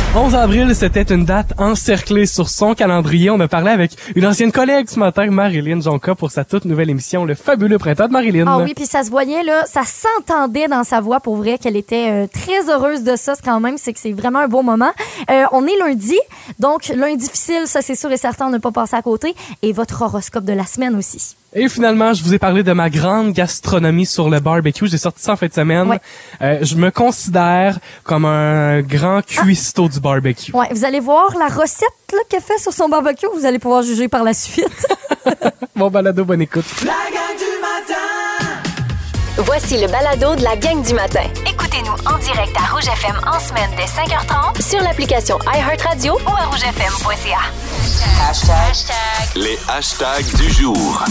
11 avril, c'était une date encerclée sur son calendrier. On a parlé avec une ancienne collègue ce matin, Marilyn Jonca, pour sa toute nouvelle émission, Le Fabuleux Printemps de Marilyn. Ah oui, puis ça se voyait, là, ça s'entendait dans sa voix, pour vrai, qu'elle était très heureuse de ça. Quand même, c'est que c'est vraiment un beau moment. On est lundi, donc lundi difficile, ça c'est sûr et certain, on n'a pas passé à côté. Et votre horoscope de la semaine aussi. Et finalement, je vous ai parlé de ma grande gastronomie sur le barbecue. J'ai sorti ça en fin de semaine. Ouais. Je me considère comme un grand cuistot du barbecue. Ouais, vous allez voir la recette là, qu'elle fait sur son barbecue. Vous allez pouvoir juger par la suite. Bon balado, bonne écoute. La gang du matin! Voici le balado de la gang du matin. Écoutez-nous en direct à Rouge FM en semaine dès 5h30 Sur l'application iHeartRadio ou à rougefm.ca. Les hashtags du jour.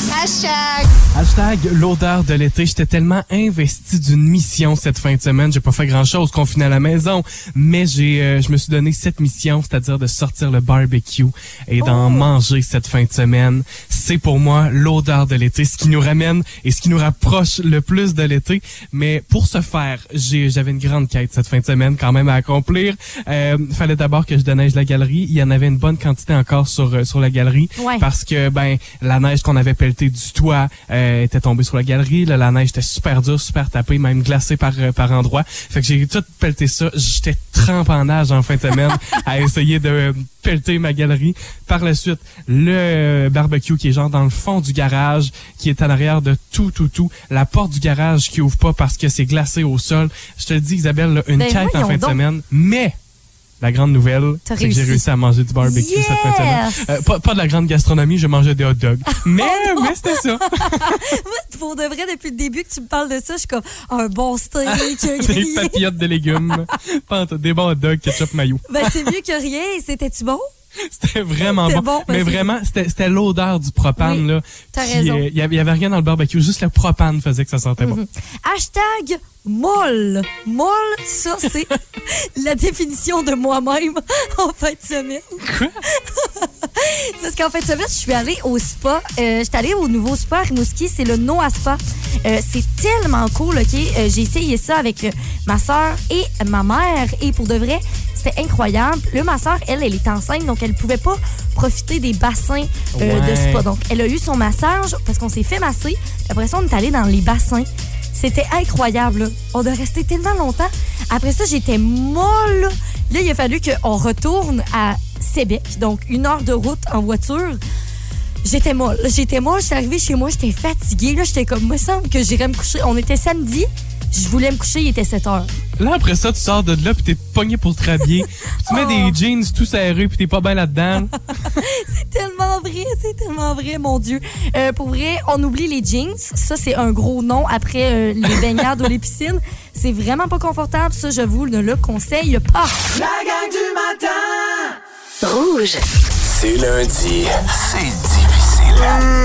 Hashtag l'odeur de l'été. J'étais tellement investi d'une mission cette fin de semaine. J'ai pas fait grand-chose, confiné à la maison. Mais je me suis donné cette mission, c'est-à-dire de sortir le barbecue et d'en manger cette fin de semaine. C'est pour moi l'odeur de l'été, ce qui nous ramène et ce qui nous rapproche le plus de l'été. Mais pour ce faire, j'avais une grande quête cette fin de semaine quand même à accomplir. Fallait d'abord que je déneige la galerie. Il y en avait une bonne quantité encore sur la galerie. Ouais. Parce que, la neige qu'on avait pelletée du toit était tombée sur la galerie. Là, la neige était super dure, super tapée, même glacée par endroits. Fait que j'ai tout pelleté ça. J'étais trempé en nage en fin de semaine à essayer de pelleter ma galerie. Par la suite, le barbecue qui est genre dans le fond du garage, qui est à l'arrière de tout. La porte du garage qui ouvre pas parce que c'est glacé au sol. Je te le dis, Isabelle, là, une quête en fin de semaine. Mais la grande nouvelle, c'est que j'ai réussi à manger du barbecue cette fin de semaine. Pas de la grande gastronomie, je mangeais des hot dogs. Mais c'était ça. Moi, pour de vrai, depuis le début que tu me parles de ça, je suis comme un bon steak. Des papillotes de légumes. Des bons hot dogs, ketchup, mayo. C'est mieux que rien. C'était-tu bon? C'était vraiment bon. Mais vraiment, c'était l'odeur du propane. Oui, là. T'as raison. Il y avait rien dans le barbecue, juste le propane faisait que ça sentait bon. Hashtag molle. Molle, ça, c'est la définition de moi-même en fin de semaine. Quoi? Parce qu'en fin de semaine, je suis allée au spa. Je suis allée au nouveau spa à Rimouski. C'est le Noah Spa. C'est tellement cool, OK? J'ai essayé ça avec ma soeur et ma mère. Et pour de vrai, c'était incroyable. Là, ma soeur, elle est enceinte, donc elle pouvait pas profiter des bassins de spa. Donc, elle a eu son massage parce qu'on s'est fait masser. Après ça, on est allé dans les bassins. C'était incroyable, là. On a resté tellement longtemps. Après ça, j'étais molle. Là, il a fallu qu'on retourne à Sébec, donc 1 heure de route en voiture. J'étais molle. Je suis arrivée chez moi, j'étais fatiguée. Là, j'étais comme, me semble que j'irais me coucher. On était samedi. Je voulais me coucher, il était 7 heures. Là, après ça, tu sors de là, puis t'es pogné pour te rhabiller. Tu mets des jeans tout serrés, puis t'es pas bien là-dedans. C'est tellement vrai, mon Dieu. Pour vrai, on oublie les jeans. Ça, c'est un gros non après les baignades ou les piscines. C'est vraiment pas confortable. Ça, je vous ne le conseille pas. La gang du matin! Rouge. C'est lundi. C'est difficile.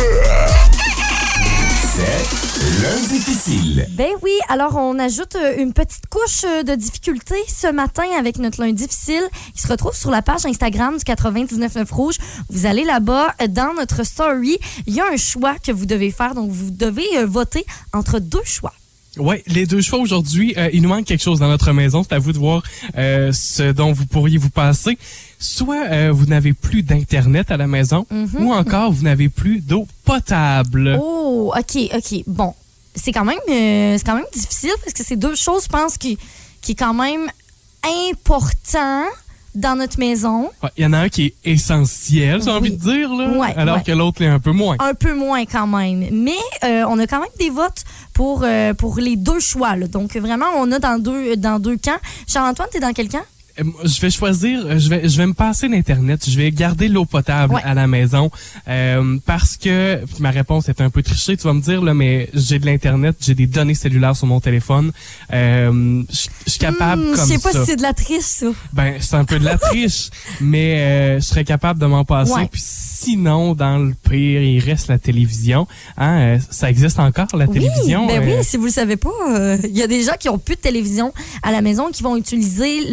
C'est lundi difficile. Ben oui, alors on ajoute une petite couche de difficulté ce matin avec notre lundi difficile qui se retrouve sur la page Instagram du 99.9 Rouge. Vous allez là-bas, dans notre story, il y a un choix que vous devez faire. Donc, vous devez voter entre 2 choix. Oui, les 2 choix aujourd'hui, il nous manque quelque chose dans notre maison. C'est à vous de voir ce dont vous pourriez vous passer. Soit vous n'avez plus d'Internet à la maison, ou encore vous n'avez plus d'eau potable. Oh, OK. Bon, c'est quand même difficile parce que c'est 2 choses, je pense, qui est quand même important dans notre maison. Il y en a un qui est essentiel, j'ai envie de dire, là, alors que l'autre l'est un peu moins. Un peu moins quand même. Mais on a quand même des votes pour les 2 choix. Là. Donc vraiment, on a dans deux camps. Charles-Antoine, t'es dans quel camp? Je vais choisir, je vais me passer l'Internet. Je vais garder l'eau potable à la maison parce que ma réponse est un peu trichée, tu vas me dire, là, mais j'ai de l'Internet, j'ai des données cellulaires sur mon téléphone. Je suis capable comme ça. Je sais pas si c'est de la triche, ça. Ben, c'est un peu de la triche, mais je serais capable de m'en passer. Ouais. Puis sinon, dans le pire, il reste la télévision. Hein, ça existe encore, la télévision? Oui, si vous le savez pas, il y a des gens qui ont plus de télévision à la maison qui vont utiliser leur téléphone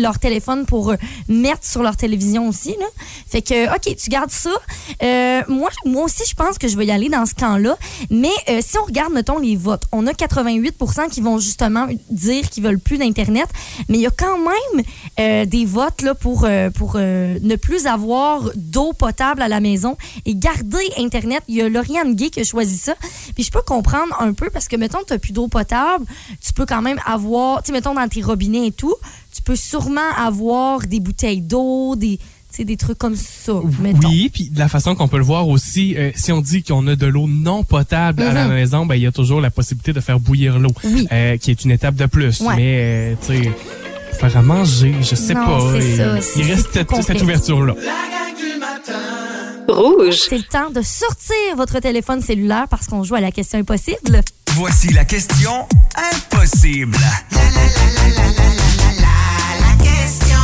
fun pour mettre sur leur télévision aussi, là. Fait que, OK, tu gardes ça. Moi aussi, je pense que je vais y aller dans ce camp-là. Mais si on regarde, mettons, les votes, on a 88% qui vont justement dire qu'ils veulent plus d'Internet. Mais il y a quand même des votes là, pour ne plus avoir d'eau potable à la maison et garder Internet. Il y a Lauriane Gay qui a choisi ça. Puis je peux comprendre un peu parce que, mettons, tu n'as plus d'eau potable, tu peux quand même avoir, tu sais, mettons, dans tes robinets et tout, tu peux sûrement avoir des bouteilles d'eau, des trucs comme ça. Mettons. Oui, puis de la façon qu'on peut le voir aussi, si on dit qu'on a de l'eau non potable à la maison, ben il y a toujours la possibilité de faire bouillir l'eau, oui. Qui est une étape de plus. Ouais. Mais, tu sais, faire à manger, je sais non, pas. C'est ça. Il reste cette ouverture-là. La gang du matin. Rouge. C'est le temps de sortir votre téléphone cellulaire parce qu'on joue à la question impossible. Voici la question impossible. La question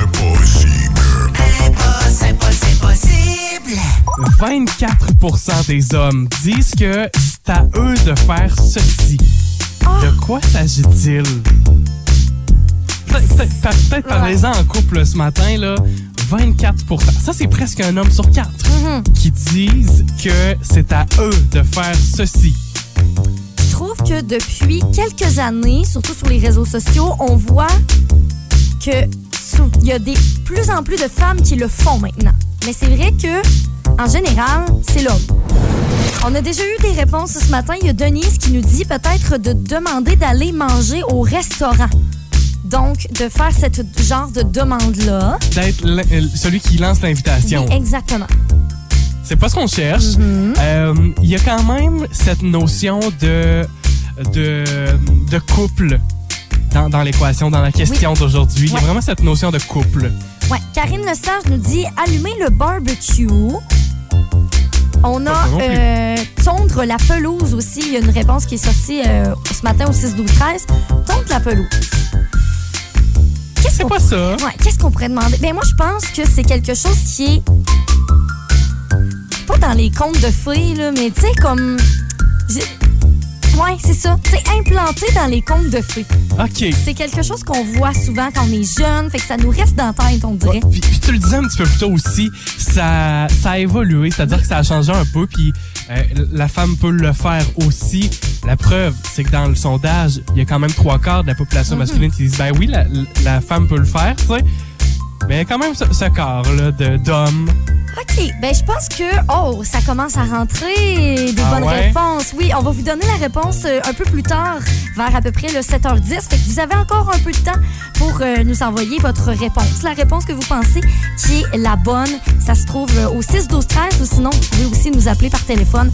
impossible. 24% des hommes disent que c'est à eux de faire ceci. De quoi s'agit-il? Peut-être parlez-en en couple ce matin, là. 24%. Ça, c'est presque un homme sur 4 qui disent que c'est à eux de faire ceci. Je trouve que depuis quelques années, surtout sur les réseaux sociaux, on voit que il y a de plus en plus de femmes qui le font maintenant. Mais c'est vrai que, en général, c'est l'homme. On a déjà eu des réponses ce matin. Il y a Denise qui nous dit peut-être de demander d'aller manger au restaurant. Donc, de faire cette genre de demande-là. D'être celui qui lance l'invitation. Oui, exactement. C'est pas ce qu'on cherche. Il y a quand même cette notion de couple dans l'équation, dans la question d'aujourd'hui. Il y a vraiment cette notion de couple. Ouais. Karine Lesage nous dit allumer le barbecue. On a tondre la pelouse aussi. Il y a une réponse qui est sortie ce matin au 6-12-13. Tondre la pelouse. C'est pas ça. Ouais, qu'est-ce qu'on pourrait demander? Ben moi, je pense que c'est quelque chose qui est pas dans les contes de fées, là, mais tu sais, comme... Ouais, c'est ça. C'est implanté dans les contes de fées. OK. C'est quelque chose qu'on voit souvent quand on est jeune, fait que ça nous reste dans la tête, on dirait. Puis tu le disais un petit peu plus tôt aussi, ça a évolué, c'est-à-dire que ça a changé un peu, puis la femme peut le faire aussi. La preuve, c'est que dans le sondage, il y a quand même 3/4 de la population masculine qui disent ben oui, la femme peut le faire, tu sais. Mais il y a quand même ce quart-là d'hommes. OK. Ben, je pense que, ça commence à rentrer des bonnes réponses. Oui, on va vous donner la réponse un peu plus tard, vers à peu près le 7h10. Fait que vous avez encore un peu de temps pour nous envoyer votre réponse. La réponse que vous pensez qui est la bonne, ça se trouve au 6-12-13 ou sinon, vous pouvez aussi nous appeler par téléphone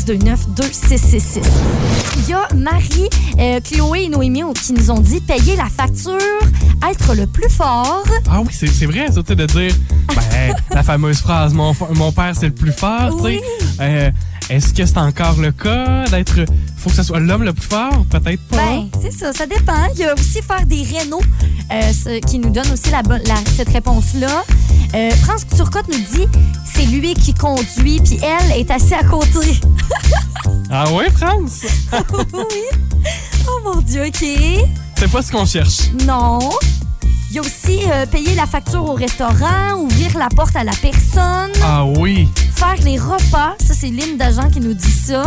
629-2666. Il y a Marie, Chloé et Noémie qui nous ont dit payer la facture, être le plus fort. Ah oui, c'est vrai, ça, tu sais, de dire la fameuse phrase mon père, c'est le plus fort, tu sais. Est-ce que c'est encore le cas d'être... Faut que ce soit l'homme le plus fort? Peut-être pas. Ben, c'est ça dépend. Il y a aussi faire des rénaux qui nous donne aussi cette réponse-là. France Turcotte nous dit c'est lui qui conduit puis elle est assise à côté. Ah ouais, France? Oui. Oh mon Dieu, OK. C'est pas ce qu'on cherche. Non. Il y a aussi payer la facture au restaurant, ouvrir la porte à la personne. Ah oui. Faire les repas. Ça, c'est Lynn d'Agent qui nous dit ça.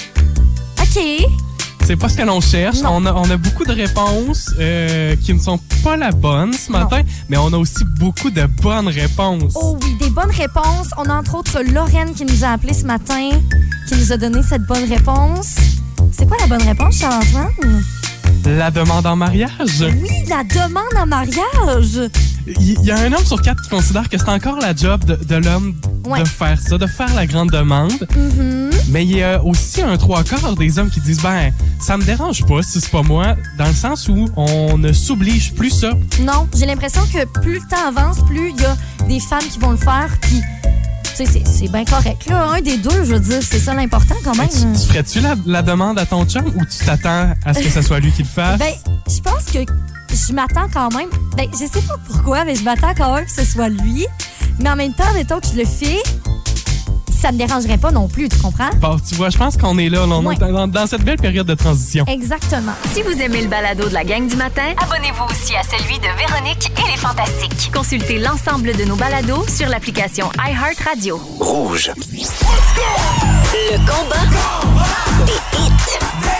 OK. C'est pas ce que l'on cherche. On a beaucoup de réponses qui ne sont pas la bonne ce matin, mais on a aussi beaucoup de bonnes réponses. Oh oui, des bonnes réponses. On a entre autres Lorraine qui nous a appelé ce matin, qui nous a donné cette bonne réponse. C'est quoi la bonne réponse, Charles-Antoine? La demande en mariage? Oui, la demande en mariage. Il y a un homme sur 4 qui considère que c'est encore la job de l'homme de faire ça, de faire la grande demande. Mais il y a aussi un 3/4 des hommes qui disent ça me dérange pas si c'est pas moi, dans le sens où on ne s'oblige plus ça. Non, j'ai l'impression que plus le temps avance, plus il y a des femmes qui vont le faire, puis tu sais, c'est bien correct. Là, un des deux, je veux dire, c'est ça l'important quand même. Tu ferais-tu la demande à ton chum ou tu t'attends à ce que ce soit lui qui le fasse? Ben, je pense que je m'attends quand même. Ben, je sais pas pourquoi, mais je m'attends quand même que ce soit lui. Mais en même temps, mettons que je le fais, ça me dérangerait pas non plus, tu comprends? Bon, tu vois, je pense qu'on est là, on est dans cette belle période de transition. Exactement. Si vous aimez le balado de la gang du matin, abonnez-vous aussi à celui de Véronique et les Fantastiques. Consultez l'ensemble de nos balados sur l'application iHeartRadio. Rouge. Le combat des hits.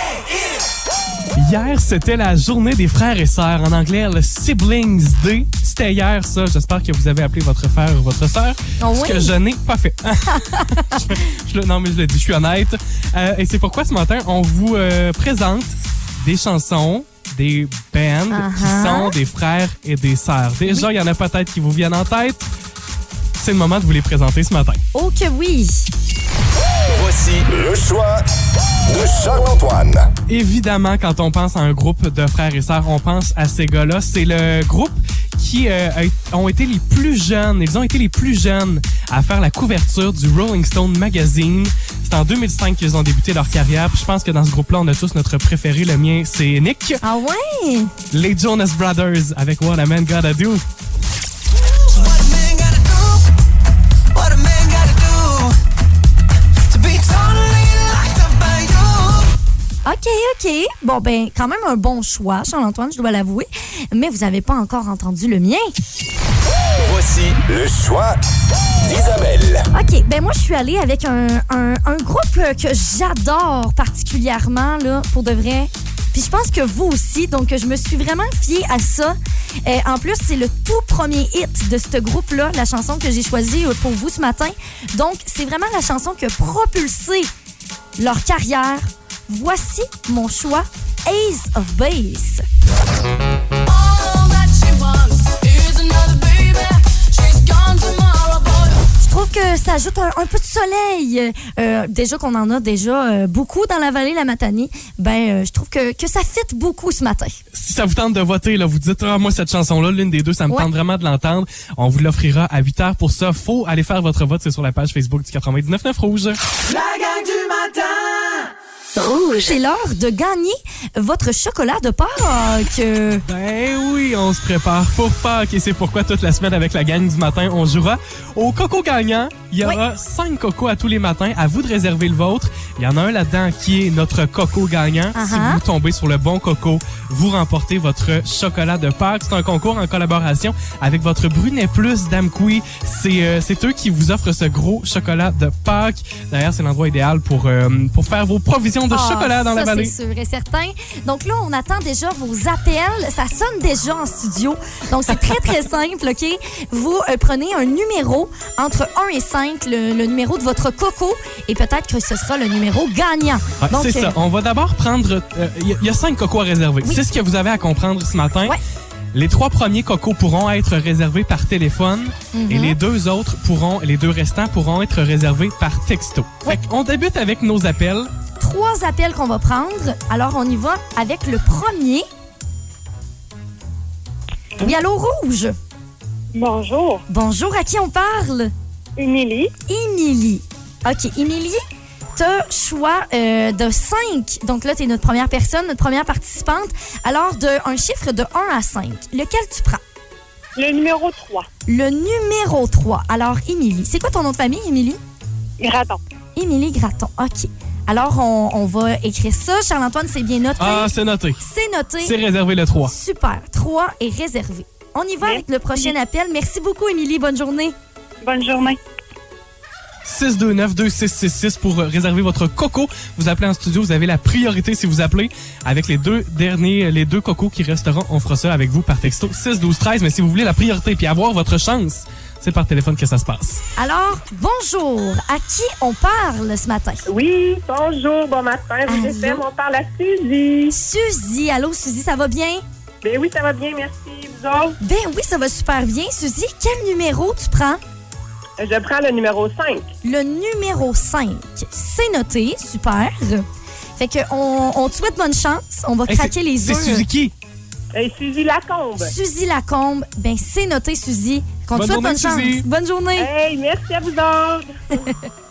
Hier, c'était la journée des frères et sœurs. En anglais, le Siblings Day. C'était hier, ça. J'espère que vous avez appelé votre frère ou votre sœur. Oh oui. Ce que je n'ai pas fait. Non, mais je l'ai dit, je suis honnête. Et c'est pourquoi ce matin, on vous présente des chansons, des bands qui sont des frères et des sœurs. Déjà, il y en a peut-être qui vous viennent en tête. C'est le moment de vous les présenter ce matin. Oh que oui! Voici le choix de Charles-Antoine. Évidemment, quand on pense à un groupe de frères et sœurs, on pense à ces gars-là. C'est le groupe qui ont été les plus jeunes. Ils ont été les plus jeunes à faire la couverture du Rolling Stone Magazine. C'est en 2005 qu'ils ont débuté leur carrière. Puis je pense que dans ce groupe-là, on a tous notre préféré. Le mien, c'est Nick. Ah ouais? Les Jonas Brothers avec What a Man Gotta Do. OK. Bon, ben, quand même un bon choix, Charles-Antoine, je dois l'avouer. Mais vous n'avez pas encore entendu le mien. Voici le choix d'Isabelle. OK, ben moi, je suis allée avec un groupe que j'adore particulièrement, là, pour de vrai. Puis je pense que vous aussi, donc je me suis vraiment fiée à ça. En plus, c'est le tout premier hit de ce groupe-là, la chanson que j'ai choisie pour vous ce matin. Donc, c'est vraiment la chanson qui a propulsé leur carrière. Voici mon choix, Ace of Base. Je trouve que ça ajoute un peu de soleil. Déjà qu'on en a beaucoup dans la vallée La Matanée, je trouve que ça fit beaucoup ce matin. Si ça vous tente de voter, là, vous dites moi cette chanson-là, l'une des deux, ça me tente vraiment de l'entendre. On vous l'offrira à 8h. Pour ça, faut aller faire votre vote. C'est sur la page Facebook du 99.9 Rouge. La gang du matin! Rouge. C'est l'heure de gagner votre chocolat de Pâques. Ben oui, on se prépare pour Pâques et c'est pourquoi toute la semaine avec la gang du matin, on jouera au coco gagnant. Il y aura 5 cocos à tous les matins. À vous de réserver le vôtre. Il y en a un là-dedans qui est notre coco gagnant. Si vous tombez sur le bon coco, vous remportez votre chocolat de Pâques. C'est un concours en collaboration avec votre Brunet Plus d'Amqui. C'est eux qui vous offrent ce gros chocolat de Pâques. D'ailleurs, c'est l'endroit idéal pour faire vos provisions de chocolat dans la vallée. C'est sûr et certain. Donc là, on attend déjà vos appels. Ça sonne déjà en studio. Donc, c'est très, très simple, OK? Vous prenez un numéro entre 1 et 5, le numéro de votre coco, et peut-être que ce sera le numéro gagnant. Ouais, donc, c'est ça. On va d'abord prendre... Il y a 5 cocos à réserver. Oui. C'est ce que vous avez à comprendre ce matin. Ouais. Les 3 premiers cocos pourront être réservés par téléphone et les 2 restants pourront être réservés par texto. Ouais. Fait qu'on débute avec nos appels. 3 appels qu'on va prendre. Alors, on y va avec le premier. Oui, allô, Rouge. Bonjour. Bonjour, à qui on parle? Émilie. Émilie. OK, Émilie, t'as choix de 5. Donc là, t'es notre première personne, notre première participante. Alors, un chiffre de 1 à 5. Lequel tu prends? Le numéro 3. Le numéro 3. Alors, Émilie. C'est quoi ton nom de famille, Émilie? Graton. Émilie Graton. OK. Alors, on va écrire ça. Charles-Antoine, c'est bien noté. Ah, c'est noté. C'est noté. C'est réservé le 3. Super. 3 est réservé. On y va avec le prochain appel. Merci beaucoup, Émilie. Bonne journée. Bonne journée. 629-2666 pour réserver votre coco. Vous appelez en studio, vous avez la priorité si vous appelez. Avec les deux cocos qui resteront, on fera ça avec vous par texto 6-12-13. Mais si vous voulez la priorité puis avoir votre chance, c'est par téléphone que ça se passe. Alors, bonjour. À qui on parle ce matin? Oui, bonjour, bon matin. Vous FM, on parle à Suzy. Suzy. Allô, Suzy, ça va bien? Ben oui, ça va bien, merci. Vous autres? Ben oui, ça va super bien. Suzy, quel numéro tu prends? Je prends le numéro 5. Le numéro 5. C'est noté. Super. Fait que on te souhaite bonne chance. On va craquer les œufs. C'est Suzy qui? Suzy Lacombe. Suzy Lacombe. Ben, c'est noté, Suzy. Qu'on te souhaite bonne chance. Suzy. Bonne journée. Hey, merci à vous autres.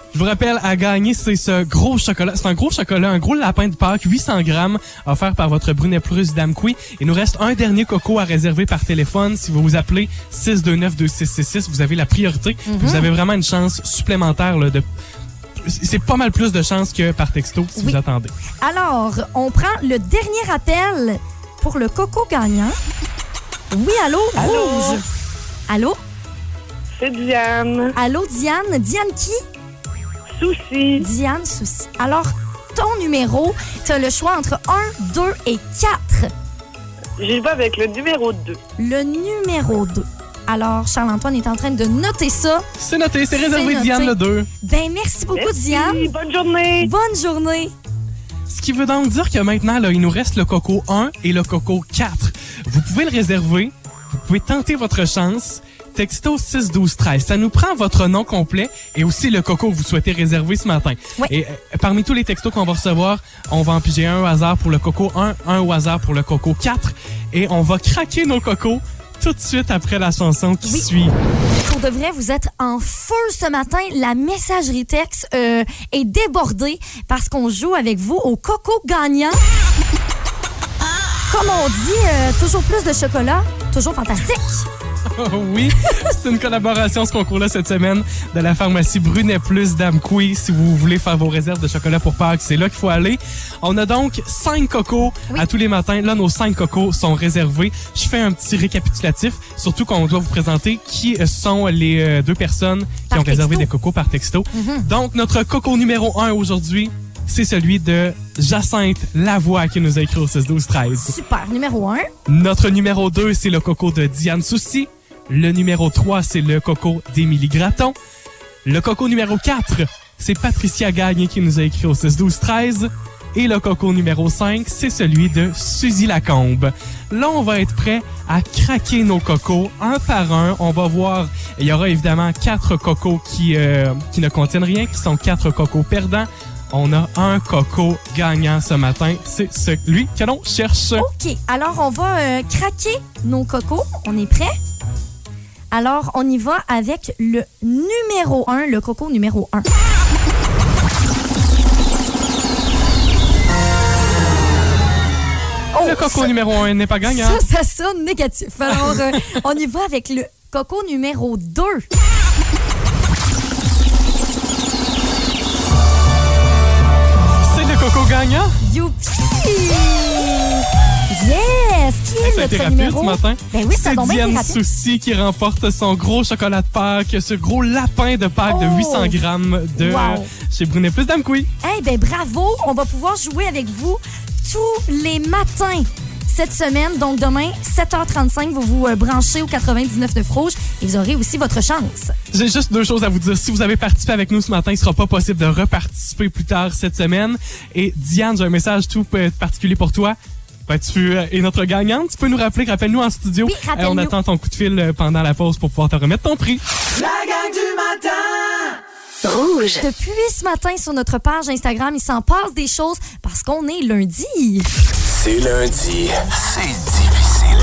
Je vous rappelle, à gagner, c'est ce gros chocolat. C'est un gros chocolat, un gros lapin de Pâques, 800 grammes, offert par votre Brunet Plus d'Amqui. Il nous reste un dernier coco à réserver par téléphone. Si vous vous appelez 629-2666, vous avez la priorité. Vous avez vraiment une chance supplémentaire là, de... C'est pas mal plus de chances que par texto si vous attendez. Alors, on prend le dernier appel pour le coco gagnant. Oui, allô? Rouge. Allô? C'est Diane. Allô, Diane? Diane qui? Souci. Diane Souci. Alors, ton numéro, tu as le choix entre 1, 2 et 4. J'y vais avec le numéro 2. Le numéro 2. Alors, Charles-Antoine est en train de noter ça. C'est noté, c'est réservé, noté. Diane, le 2. Ben, merci beaucoup, Merci. Diane. Bonne journée. Bonne journée. Ce qui veut donc dire que maintenant, là, il nous reste le coco 1 et le coco 4. Vous pouvez le réserver, vous pouvez tenter votre chance. Texto 612-13. Ça nous prend votre nom complet et aussi le coco que vous souhaitez réserver ce matin. Oui. Et parmi tous les textos qu'on va recevoir, on va en piger un au hasard pour le coco 1, un au hasard pour le coco 4. Et on va craquer nos cocos tout de suite après la chanson qui suit. Pour de vrai, vous êtes en feu ce matin. La messagerie texte est débordée parce qu'on joue avec vous au coco gagnant. Comme on dit, toujours plus de chocolat, toujours fantastique. Oui, c'est une collaboration, ce concours-là, cette semaine, de la pharmacie Brunet Plus d'Amqui. Si vous voulez faire vos réserves de chocolat pour Pâques, c'est là qu'il faut aller. On a donc 5 cocos à tous les matins. Là, nos 5 cocos sont réservés. Je fais un petit récapitulatif, surtout qu'on doit vous présenter qui sont les 2 personnes qui ont réservé des cocos par texto. Donc, notre coco numéro 1 aujourd'hui, c'est celui de Jacinthe Lavoie qui nous a écrit au 612-13. Super. Numéro 1. Notre numéro 2, c'est le coco de Diane Souci. Le numéro 3, c'est le coco d'Émilie Gratton. Le coco numéro 4, c'est Patricia Gagné qui nous a écrit au 612-13. Et le coco numéro 5, c'est celui de Suzy Lacombe. Là, on va être prêt à craquer nos cocos un par un. On va voir, il y aura évidemment 4 cocos qui ne contiennent rien, qui sont 4 cocos perdants. On a un coco gagnant ce matin. C'est celui que l'on cherche. OK. Alors, on va craquer nos cocos. On est prêt? Alors, on y va avec le numéro 1, le coco numéro 1. Le coco numéro 1 n'est pas gagnant. Ça sonne négatif. Alors, on y va avec le coco numéro 2. Coco gagnant? Youpi! Yes! Qui est ça a été notre rapide numéro? ce matin. Ben oui, ça c'est a donc bien été Diane rapide. Souci qui remporte son gros chocolat de Pâques, ce gros lapin de Pâques de 800 grammes de chez Brunet Plus d'Amqui. Eh ben bravo! On va pouvoir jouer avec vous tous les matins cette semaine. Donc demain, 7h35, vous vous branchez au 99.9 Rouge et vous aurez aussi votre chance. J'ai juste 2 choses à vous dire. Si vous avez participé avec nous ce matin, il sera pas possible de reparticiper plus tard cette semaine. Et Diane, j'ai un message tout particulier pour toi. Ben, tu es notre gagnante. Tu peux nous rappeler, rappelle-nous en studio. Oui, rappelle-nous. On attend ton coup de fil pendant la pause pour pouvoir te remettre ton prix. La gang du matin! Rouge. Depuis ce matin, sur notre page Instagram, il s'en passe des choses parce qu'on est lundi. C'est lundi. C'est difficile.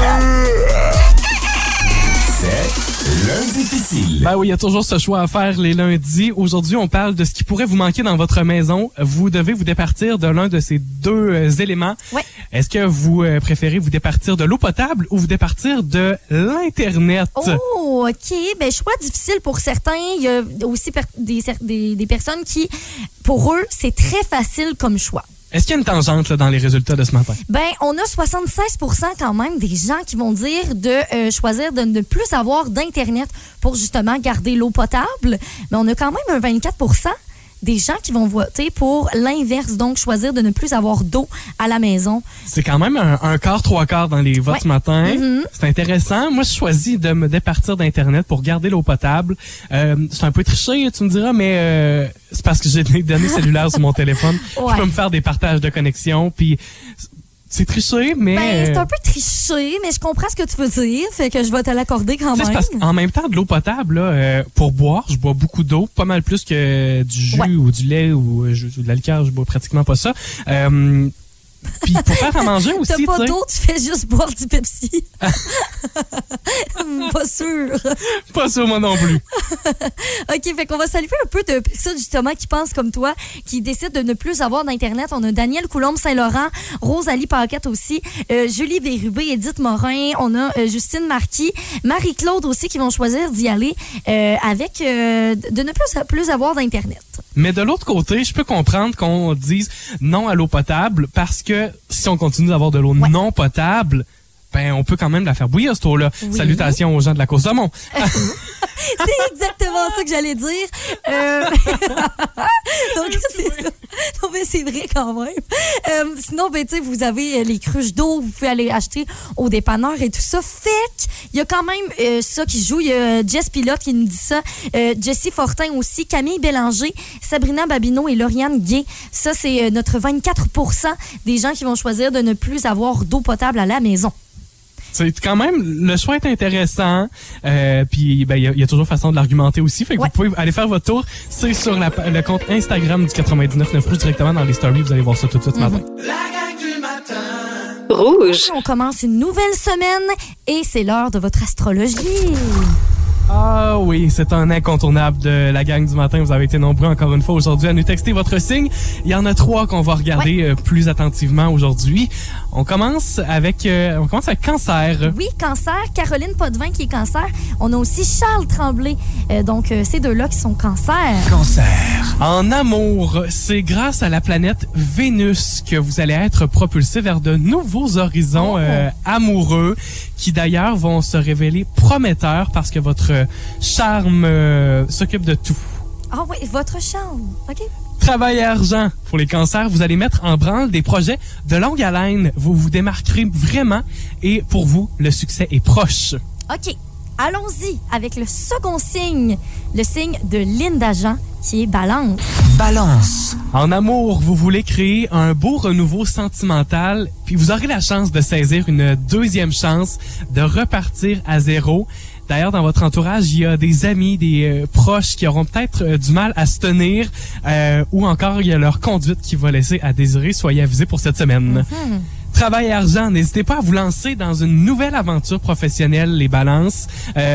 C'est lundi difficile. Ben oui, il y a toujours ce choix à faire les lundis. Aujourd'hui, on parle de ce qui pourrait vous manquer dans votre maison. Vous devez vous départir de l'un de ces 2 éléments. Ouais. Est-ce que vous préférez vous départir de l'eau potable ou vous départir de l'Internet? Oh, OK. Ben, choix difficile pour certains. Il y a aussi des personnes qui, pour eux, c'est très facile comme choix. Est-ce qu'il y a une tangente là, dans les résultats de ce matin? Ben, on a 76% quand même des gens qui vont dire de choisir de ne plus avoir d'Internet pour justement garder l'eau potable. Mais on a quand même un 24% des gens qui vont voter pour l'inverse, donc choisir de ne plus avoir d'eau à la maison. C'est quand même un quart, 3/4 dans les votes ce matin. C'est intéressant. Moi, je choisis de me départir d'Internet pour garder l'eau potable. C'est un peu triché, tu me diras, mais c'est parce que j'ai des données cellulaires sur mon téléphone. Ouais. Je peux me faire des partages de connexion, puis c'est triché, mais... Ben, c'est un peu triché, mais je comprends ce que tu veux dire, fait que je vais te l'accorder quand même. C'est parce qu'en même temps, de l'eau potable, là, pour boire, je bois beaucoup d'eau, pas mal plus que du jus ou du lait ou de la liqueur, je bois pratiquement pas ça. Puis pour faire à manger aussi, t'as pas tu sais. d'eau, tu fais juste boire du Pepsi. Pas sûr. Pas sûr, moi non plus. OK, fait qu'on va saluer un peu de personnes, justement, qui pensent comme toi, qui décident de ne plus avoir d'Internet. On a Daniel Coulombe-Saint-Laurent, Rosalie Paquette aussi, Julie Bérubé, Edith Morin, on a Justine Marquis, Marie-Claude aussi, qui vont choisir d'y aller avec de ne plus avoir d'Internet. Mais de l'autre côté, je peux comprendre qu'on dise non à l'eau potable parce que si on continue d'avoir de l'eau non potable, ben on peut quand même la faire bouillir, cette eau-là. Oui. Salutations aux gens de la Côte-Saumon. C'est exactement ça que j'allais dire. Donc, c'est ça. Non, mais c'est vrai quand même. Sinon, ben, tu sais, vous avez les cruches d'eau, vous pouvez aller acheter au dépanneur et tout ça. Fait qu'il y a quand même ça qui joue. Il y a Jess Pilote qui nous dit ça. Jessie Fortin aussi. Camille Bélanger, Sabrina Babineau et Lauriane Gay. Ça, c'est notre 24% des gens qui vont choisir de ne plus avoir d'eau potable à la maison. C'est quand même, le choix est intéressant. Puis ben il y a toujours façon de l'argumenter aussi. Fait que vous pouvez aller faire votre tour. C'est sur le compte Instagram du 99.9 Rouge, directement dans les stories. Vous allez voir ça tout de suite ce matin. La gang du matin. Rouge. On commence une nouvelle semaine et c'est l'heure de votre astrologie. Ah oui, c'est un incontournable de la gang du matin. Vous avez été nombreux encore une fois aujourd'hui à nous texter votre signe. Il y en a 3 qu'on va regarder plus attentivement aujourd'hui. On commence avec Cancer. Oui, Cancer. Caroline Potvin qui est Cancer. On a aussi Charles Tremblay. Donc, ces deux-là qui sont Cancer. Cancer. En amour, c'est grâce à la planète Vénus que vous allez être propulsé vers de nouveaux horizons amoureux qui d'ailleurs vont se révéler prometteurs parce que votre charme s'occupe de tout. Ah oui, votre charme. OK. Travail et argent. Pour les cancers, vous allez mettre en branle des projets de longue haleine. Vous vous démarquerez vraiment et pour vous, le succès est proche. OK. Allons-y avec le second signe, le signe de Linda Jean, qui est Balance. Balance. En amour, vous voulez créer un beau renouveau sentimental, puis vous aurez la chance de saisir une deuxième chance de repartir à zéro. D'ailleurs, dans votre entourage, il y a des amis, des proches qui auront peut-être du mal à se tenir ou encore il y a leur conduite qui va laisser à désirer. Soyez avisés pour cette semaine. Mm-hmm. Travail et argent, n'hésitez pas à vous lancer dans une nouvelle aventure professionnelle, les balances.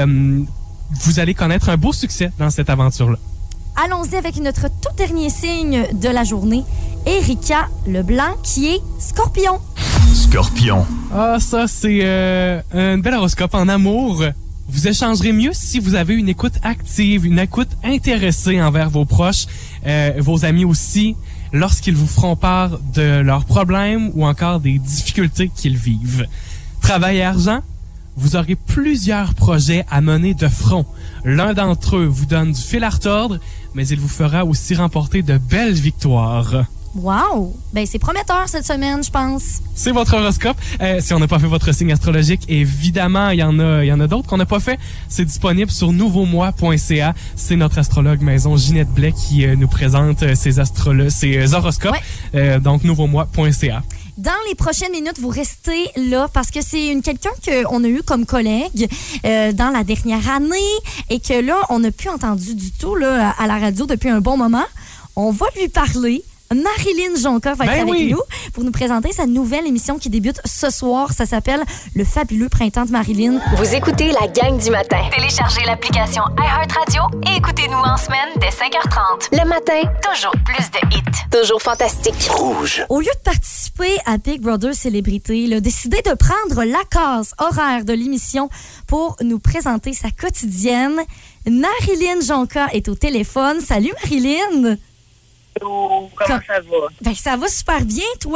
Vous allez connaître un beau succès dans cette aventure-là. Allons-y avec notre tout dernier signe de la journée, Erika Leblanc, qui est Scorpion. Scorpion. Ah, ça, c'est un bel horoscope en amour. Vous échangerez mieux si vous avez une écoute active, une écoute intéressée envers vos proches, vos amis aussi, lorsqu'ils vous feront part de leurs problèmes ou encore des difficultés qu'ils vivent. Travail et argent, vous aurez plusieurs projets à mener de front. L'un d'entre eux vous donne du fil à retordre, mais il vous fera aussi remporter de belles victoires. Wow! Ben, c'est prometteur cette semaine, je pense. C'est votre horoscope. Si on n'a pas fait votre signe astrologique, évidemment, il y en a d'autres qu'on n'a pas fait. C'est disponible sur nouveaumois.ca. C'est notre astrologue maison Ginette Blais qui nous présente ses horoscopes. Ouais. Donc, nouveaumois.ca. Dans les prochaines minutes, vous restez là parce que c'est quelqu'un qu'on a eu comme collègue dans la dernière année et que là, on n'a plus entendu du tout là, à la radio depuis un bon moment. On va lui parler. Marilyn Jonca va être avec nous pour nous présenter sa nouvelle émission qui débute ce soir. Ça s'appelle Le fabuleux printemps de Marilyn. Vous écoutez la gang du matin. Téléchargez l'application iHeartRadio et écoutez-nous en semaine dès 5h30. Le matin, toujours plus de hits. Toujours fantastique. Rouge. Au lieu de participer à Big Brother Célébrité, il a décidé de prendre la case horaire de l'émission pour nous présenter sa quotidienne. Marilyn Jonca est au téléphone. Salut Marilyn! Comment ça va? Ben, ça va super bien, toi?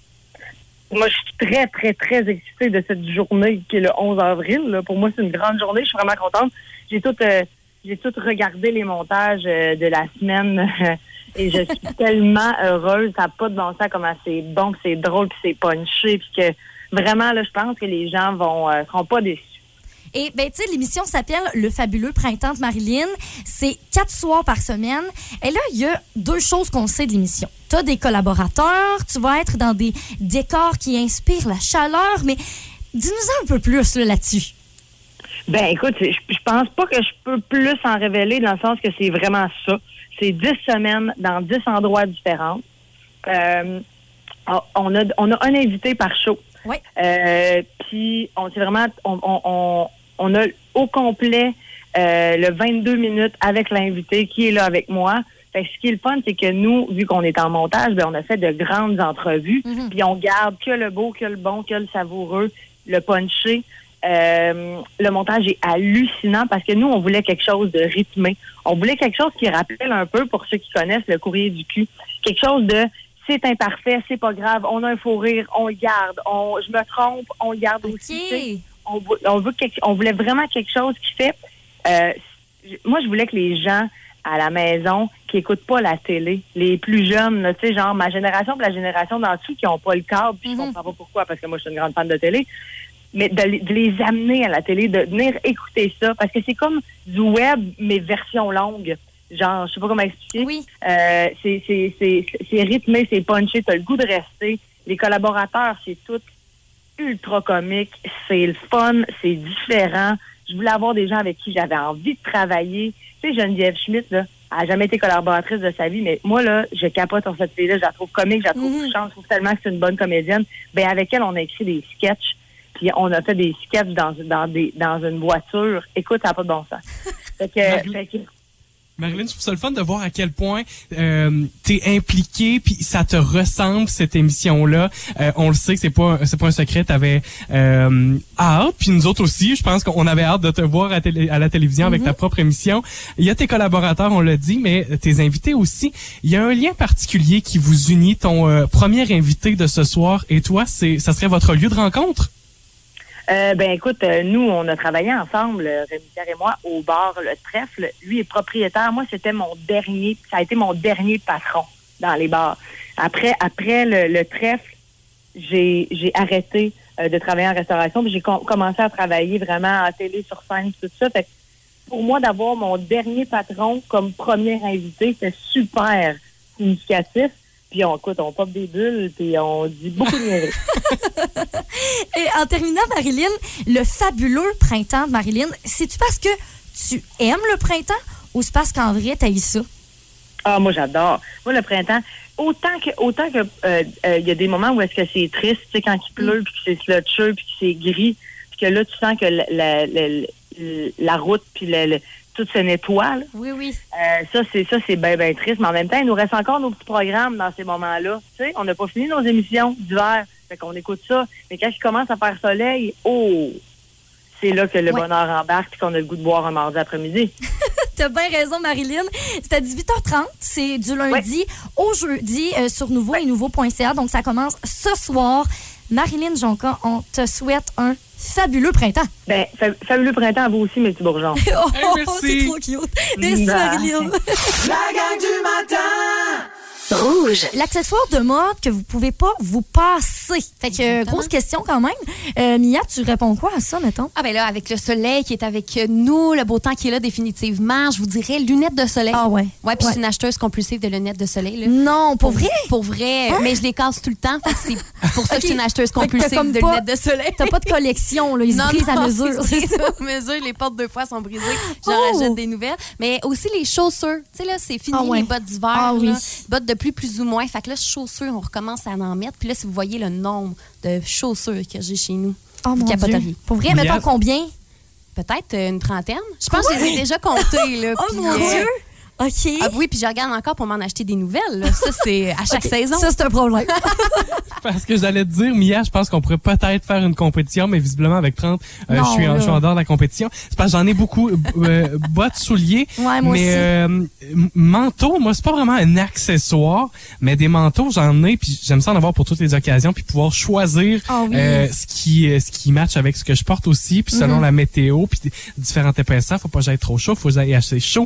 Moi, je suis très, très, très excitée de cette journée qui est le 11 avril. Là. Pour moi, c'est une grande journée. Je suis vraiment contente. J'ai tout regardé les montages de la semaine et je suis tellement heureuse. Ça n'a pas de bon sens comment c'est bon, puis c'est drôle, puis c'est punché, puis que vraiment, là, je pense que les gens seront pas déçus. Et ben tu sais, l'émission s'appelle Le fabuleux printemps de Marilyn. C'est 4 soirs par semaine. Et là, il y a 2 choses qu'on sait de l'émission. Tu as des collaborateurs, tu vas être dans des décors qui inspirent la chaleur, mais dis-nous un peu plus là-dessus. Ben écoute, je pense pas que je peux plus en révéler dans le sens que c'est vraiment ça. C'est 10 semaines dans 10 endroits différents. on a un invité par show. Oui. Puis on s'est vraiment, on a au complet le 22 minutes avec l'invité qui est là avec moi. Fait que ce qui est le fun, c'est que nous, vu qu'on est en montage, ben on a fait de grandes entrevues. Puis on garde que le beau, que le bon, que le savoureux, le punché. Le montage est hallucinant parce que nous, on voulait quelque chose de rythmé. On voulait quelque chose qui rappelle un peu, pour ceux qui connaissent, le courrier du cul. Quelque chose de c'est imparfait, c'est pas grave, on a un faux rire, on le garde. Je me trompe, on le garde aussi. On voulait vraiment quelque chose qui fait... moi, je voulais que les gens à la maison qui écoutent pas la télé, les plus jeunes, tu sais, genre ma génération et la génération d'en dessous qui ont pas le câble, puis je comprends pas pourquoi, parce que moi, je suis une grande fan de télé, mais de les amener à la télé, de venir écouter ça, parce que c'est comme du web, mais version longue. Genre, je sais pas comment expliquer. Oui. C'est rythmé, c'est punché, t'as le goût de rester. Les collaborateurs, c'est tout ultra comique, c'est le fun, c'est différent. Je voulais avoir des gens avec qui j'avais envie de travailler. Tu sais, Geneviève Schmidt, là, elle n'a jamais été collaboratrice de sa vie, mais moi, là, je capote sur cette fille-là, je la trouve comique, je la trouve touchante, je trouve tellement que c'est une bonne comédienne. Ben, avec elle, on a écrit des sketchs, puis on a fait des sketchs dans une voiture. Écoute, ça n'a pas de bon sens. Marilyn, je trouve ça le fun de voir à quel point t'es impliquée puis ça te ressemble cette émission-là. On le sait que c'est pas un secret. T'avais hâte, puis nous autres aussi. Je pense qu'on avait hâte de te voir à la télévision avec ta propre émission. Il y a tes collaborateurs, on l'a dit, mais tes invités aussi. Il y a un lien particulier qui vous unit. Ton premier invité de ce soir et toi, ça serait votre lieu de rencontre? Ben écoute, nous, on a travaillé ensemble, Rémi-Pierre et moi, au bar Le Trèfle. Lui est propriétaire. Moi, ça a été mon dernier patron dans les bars. Après le Trèfle, j'ai arrêté de travailler en restauration, puis j'ai commencé à travailler vraiment en télé, sur scène, tout ça. Fait que pour moi, d'avoir mon dernier patron comme premier invité, c'est super significatif. Puis on pop des bulles, puis on dit beaucoup de niaiseries. Et en terminant, Marilyn, le fabuleux printemps de Marilyn, c'est-tu parce que tu aimes le printemps ou c'est parce qu'en vrai, t'haïs ça? Ah, moi, j'adore. Moi, le printemps, autant que y a des moments où est-ce que c'est triste, tu sais, quand il pleut, puis que c'est slotcheux, puis que c'est gris, puis que là, tu sens que la route, puis tout se nettoie. Là. Oui. Ça, c'est bien, bien triste. Mais en même temps, il nous reste encore nos petits programmes dans ces moments-là. Tu sais, on n'a pas fini nos émissions d'hiver. Fait qu'on écoute ça. Mais quand il commence à faire soleil, c'est là que le bonheur embarque et qu'on a le goût de boire un mardi après-midi. T'as bien raison, Marilyn. C'est à 18h30. C'est du lundi au jeudi sur Nouveau et Nouveau.ca. Donc, ça commence ce soir. Marilyn Jonca, on te souhaite un fabuleux printemps. Ben, fabuleux printemps à vous aussi, mes petits bourgeons. C'est trop cute. Merci, Marilyn. La gang du matin! Rouge. L'accessoire de mode que vous pouvez pas vous passer. Fait que, grosse question quand même. Mia, tu réponds quoi à ça, mettons? Ah ben là, avec le soleil qui est avec nous, le beau temps qui est là définitivement, je vous dirais lunettes de soleil. Ah ouais. Ouais, puis je suis une acheteuse compulsive de lunettes de soleil. Là. Non, pour vrai? Pour vrai, mais je les casse tout le temps. Fait que c'est pour ça que je suis une acheteuse compulsive de lunettes de soleil. T'as pas de collection, là. Ils se brisent à mesure. C'est ça, à mesure. Les portes 2 fois sont brisées. J'en rachète des nouvelles. Mais aussi les chaussures. Tu sais, là, c'est fini les bottes d'hiver. Ah oui. Bottes de plus ou moins. Fait que là, chaussures, on recommence à en mettre. Puis là, si vous voyez le nombre de chaussures que j'ai chez nous, vous capoteriez. Pour vrai, mettons combien? Peut-être une trentaine. Je pense que je les ai déjà comptées. Là, oh mon Dieu! OK. Ah oui, puis je regarde encore pour m'en acheter des nouvelles. Là. Ça, c'est à chaque saison. Ça, c'est un problème. Parce que j'allais te dire, Mia, je pense qu'on pourrait peut-être faire une compétition, mais visiblement avec 30, je suis en dehors de la compétition. C'est parce que j'en ai beaucoup. Bottes, souliers. Ouais, moi aussi. Manteau, moi, c'est pas vraiment un accessoire, mais des manteaux, j'en ai, puis j'aime ça en avoir pour toutes les occasions, puis pouvoir choisir ce qui match avec ce que je porte aussi, puis selon la météo, puis différentes épaisseurs. Faut pas que j'aille trop chaud, faut que j'aille assez chaud.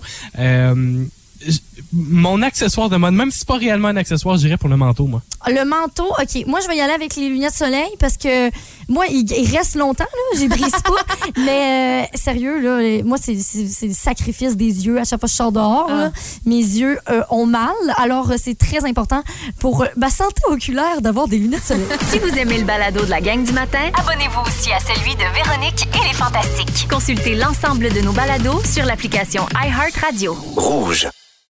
Mon accessoire de mode, même si c'est pas réellement un accessoire, j'irais pour le manteau, moi. Le manteau, OK. Moi, je vais y aller avec les lunettes soleil parce que moi, il reste longtemps, là. Je brise pas. Mais sérieux, là, moi, c'est le sacrifice des yeux. À chaque fois que je sors dehors, là, mes yeux ont mal. Alors, c'est très important pour ma santé oculaire d'avoir des lunettes soleil. Si vous aimez le balado de la gang du matin, abonnez-vous aussi à celui de Véronique et les Fantastiques. Consultez l'ensemble de nos balados sur l'application iHeartRadio. Rouge.